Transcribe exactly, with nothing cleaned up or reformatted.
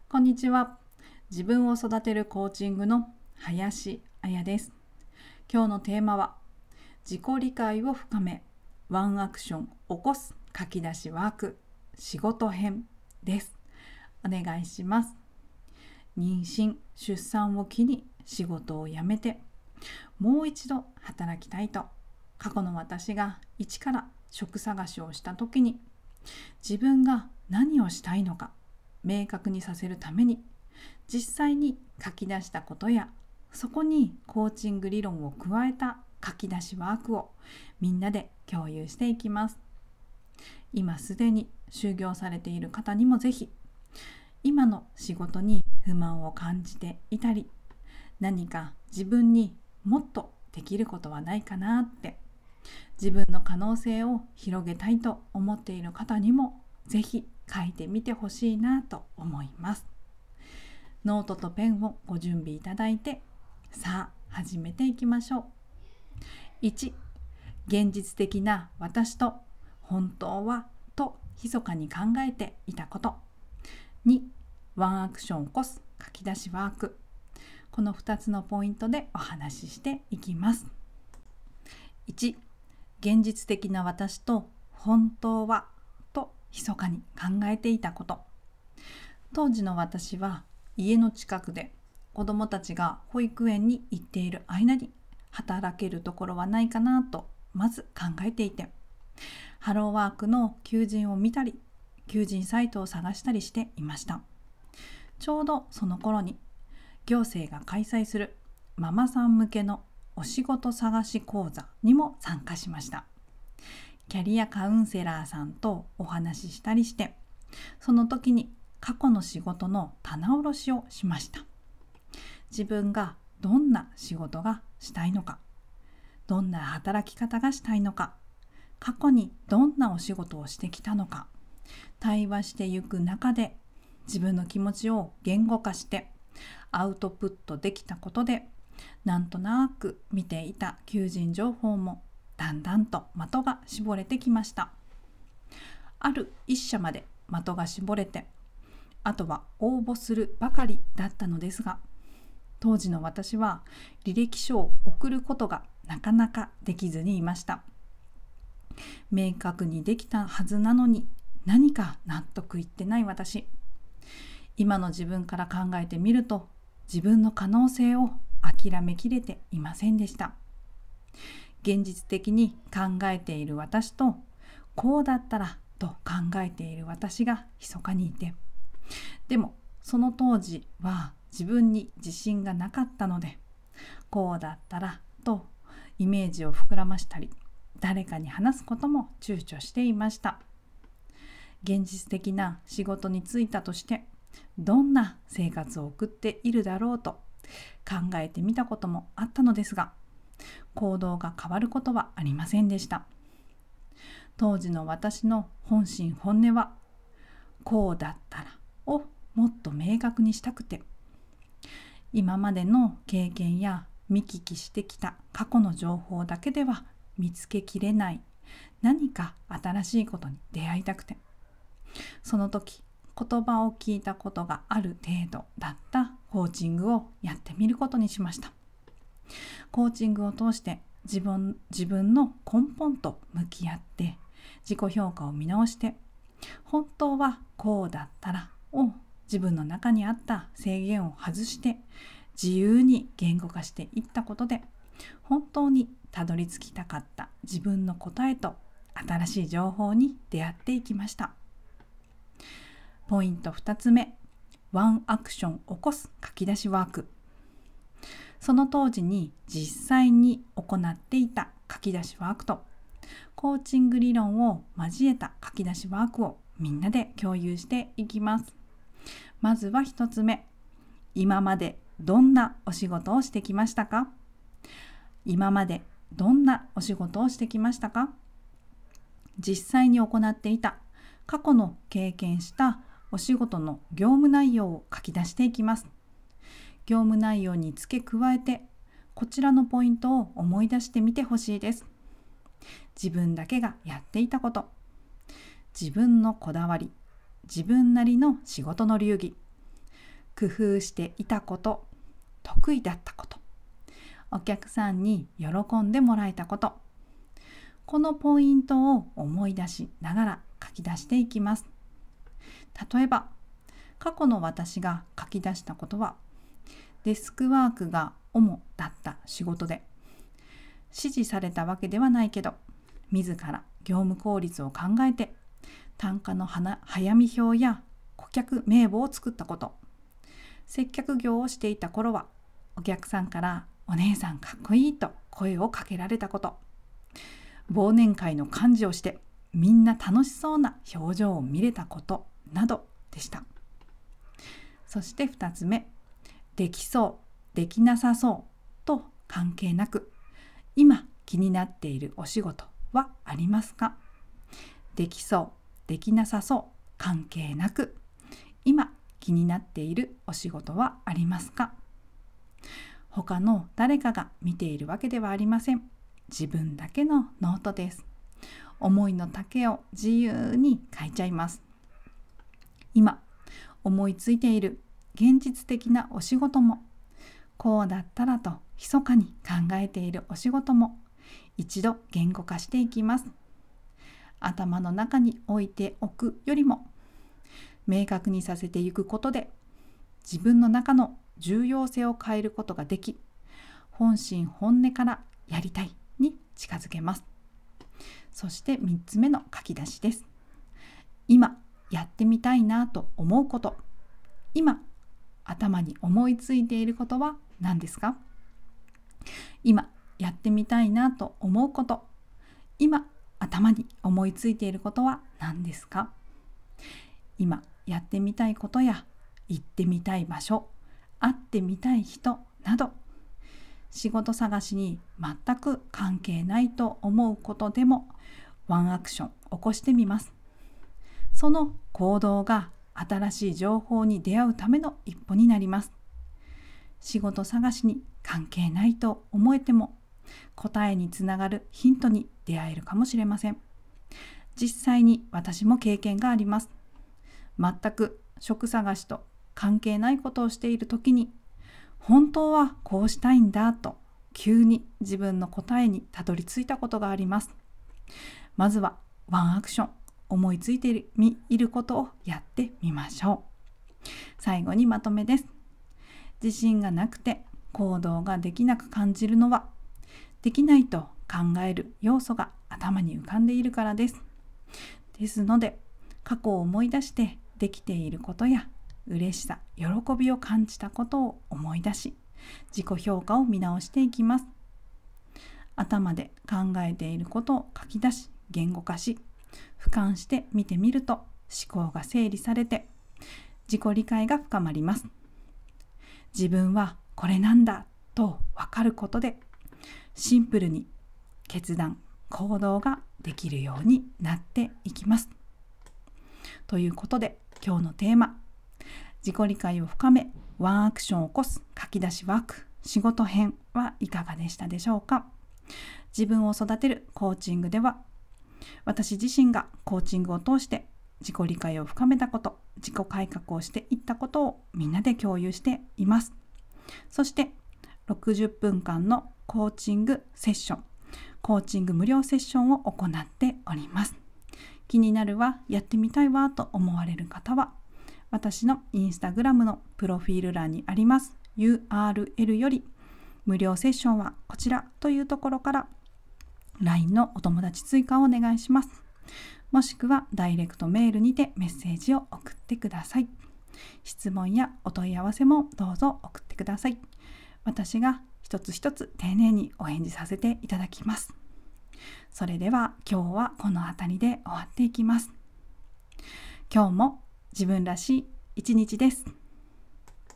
こんにちは。自分を育てるコーチングの林彩です。今日のテーマは自己理解を深めワンアクション起こす書き出しワーク仕事編です。お願いします。妊娠・出産を機に仕事を辞めてもう一度働きたいと過去の私が一から職探しをした時に自分が何をしたいのか明確にさせるために実際に書き出したことやそこにコーチング理論を加えた書き出しワークをみんなで共有していきます。今すでに就業されている方にもぜひ今の仕事に不満を感じていたり何か自分にもっとできることはないかなって自分の可能性を広げたいと思っている方にもぜひ書いてみてほしいなと思います。ノートとペンをご準備いただいてさあ始めていきましょう。いち、現実的な私と本当はと密かに考えていたこと。に、ワンアクション起こす書き出しワーク。このふたつのポイントでお話ししていきます。いち、現実的な私と本当はと密かに考えていたこと。当時の私は家の近くで子どもたちが保育園に行っている間に働けるところはないかなとまず考えていて、ハローワークの求人を見たり求人サイトを探したりしていました。ちょうどその頃に行政が開催するママさん向けのお仕事探し講座にも参加しました。キャリアカウンセラーさんとお話ししたりして、その時に過去の仕事の棚卸しをしました。自分がどんな仕事がしたいのか、どんな働き方がしたいのか、過去にどんなお仕事をしてきたのか、対話していく中で自分の気持ちを言語化してアウトプットできたことで、なんとなく見ていた求人情報もだんだんと的が絞れてきました。ある一社まで的が絞れて、あとは応募するばかりだったのですが、当時の私は履歴書を送ることがなかなかできずにいました。明確にできたはずなのに何か納得いってない私。今の自分から考えてみると自分の可能性を諦めきれていませんでした。現実的に考えている私とこうだったらと考えている私が密かにいて、でもその当時は自分に自信がなかったので、こうだったらとイメージを膨らましたり誰かに話すことも躊躇していました。現実的な仕事に就いたとしてどんな生活を送っているだろうと考えてみたこともあったのですが、行動が変わることはありませんでした。当時の私の本心本音はこうだったらをもっと明確にしたくて、今までの経験や見聞きしてきた過去の情報だけでは見つけきれない何か新しいことに出会いたくて、その時言葉を聞いたことがある程度だったコーチングをやってみることにしました。コーチングを通して自分、自分の根本と向き合って自己評価を見直して、本当はこうだったらを自分の中にあった制限を外して自由に言語化していったことで、本当にたどり着きたかった自分の答えと新しい情報に出会っていきました。ポイントふたつめ、ワンアクション起こす書き出しワーク。その当時に実際に行っていた書き出しワークとコーチング理論を交えた書き出しワークをみんなで共有していきます。まずはひとつめ、今までどんなお仕事をしてきましたか？今までどんなお仕事をしてきましたか？実際に行っていた過去の経験したお仕事の業務内容を書き出していきます。業務内容に付け加えてこちらのポイントを思い出してみてほしいです。自分だけがやっていたこと、自分のこだわり、自分なりの仕事の流儀、 工夫していたこと、得意だったこと、お客さんに喜んでもらえたこと、このポイントを思い出しながら書き出していきます。例えば、過去の私が書き出したことは、デスクワークが主だった仕事で、指示されたわけではないけど、自ら業務効率を考えて、単価の早見表や顧客名簿を作ったこと、接客業をしていた頃は、お客さんからお姉さんかっこいいと声をかけられたこと、忘年会の幹事をしてみんな楽しそうな表情を見れたことなどでした。そしてふたつめ、できそう、できなさそうと関係なく、今気になっているお仕事はありますか？できそう、できなさそう関係なく、今気になっているお仕事はありますか？他の誰かが見ているわけではありません。自分だけのノートです。思いの丈を自由に書いちゃいます。今思いついている現実的なお仕事も、こうだったらと密かに考えているお仕事も、一度言語化していきます。頭の中に置いておくよりも、明確にさせていくことで、自分の中の重要性を変えることができ、本心本音からやりたいに近づけます。そしてみっつめの書き出しです。今やってみたいなと思うこと、今頭に思いついていることは何ですか？今やってみたいなと思うこと、今頭に思いついていることは何ですか？今やってみたいことや行ってみたい場所、会ってみたい人など、仕事探しに全く関係ないと思うことでもワンアクション起こしてみます。その行動が新しい情報に出会うための一歩になります。仕事探しに関係ないと思えても、答えにつながるヒントに出会えるかもしれません。実際に私も経験があります。全く職探しと関係ないことをしているときに、本当はこうしたいんだと急に自分の答えにたどり着いたことがあります。まずはワンアクション、思いついていることをやってみましょう。最後にまとめです。自信がなくて行動ができなく感じるのは、できないと考える要素が頭に浮かんでいるからです。ですので、過去を思い出してできていることや嬉しさ、喜びを感じたことを思い出し、自己評価を見直していきます。頭で考えていることを書き出し、言語化し、俯瞰して見てみると思考が整理されて、自己理解が深まります。自分はこれなんだと分かることで、シンプルに決断、行動ができるようになっていきます。ということで、今日のテーマ、自己理解を深め、ワンアクションを起こす書き出しワーク、仕事編はいかがでしたでしょうか。自分を育てるコーチングでは、私自身がコーチングを通して自己理解を深めたこと、自己改革をしていったことをみんなで共有しています。そしてろくじゅっぷんかんのコーチングセッション、コーチング無料セッションを行っております。気になるわ、やってみたいわと思われる方は、私のインスタグラムのプロフィール欄にあります ユーアールエル より、無料セッションはこちらというところから ライン のお友達追加をお願いします。もしくはダイレクトメールにてメッセージを送ってください。質問やお問い合わせもどうぞ送ってください。私が一つ一つ丁寧にお返事させていただきます。それでは今日はこの辺りで終わっていきます。今日も自分らしい一日です。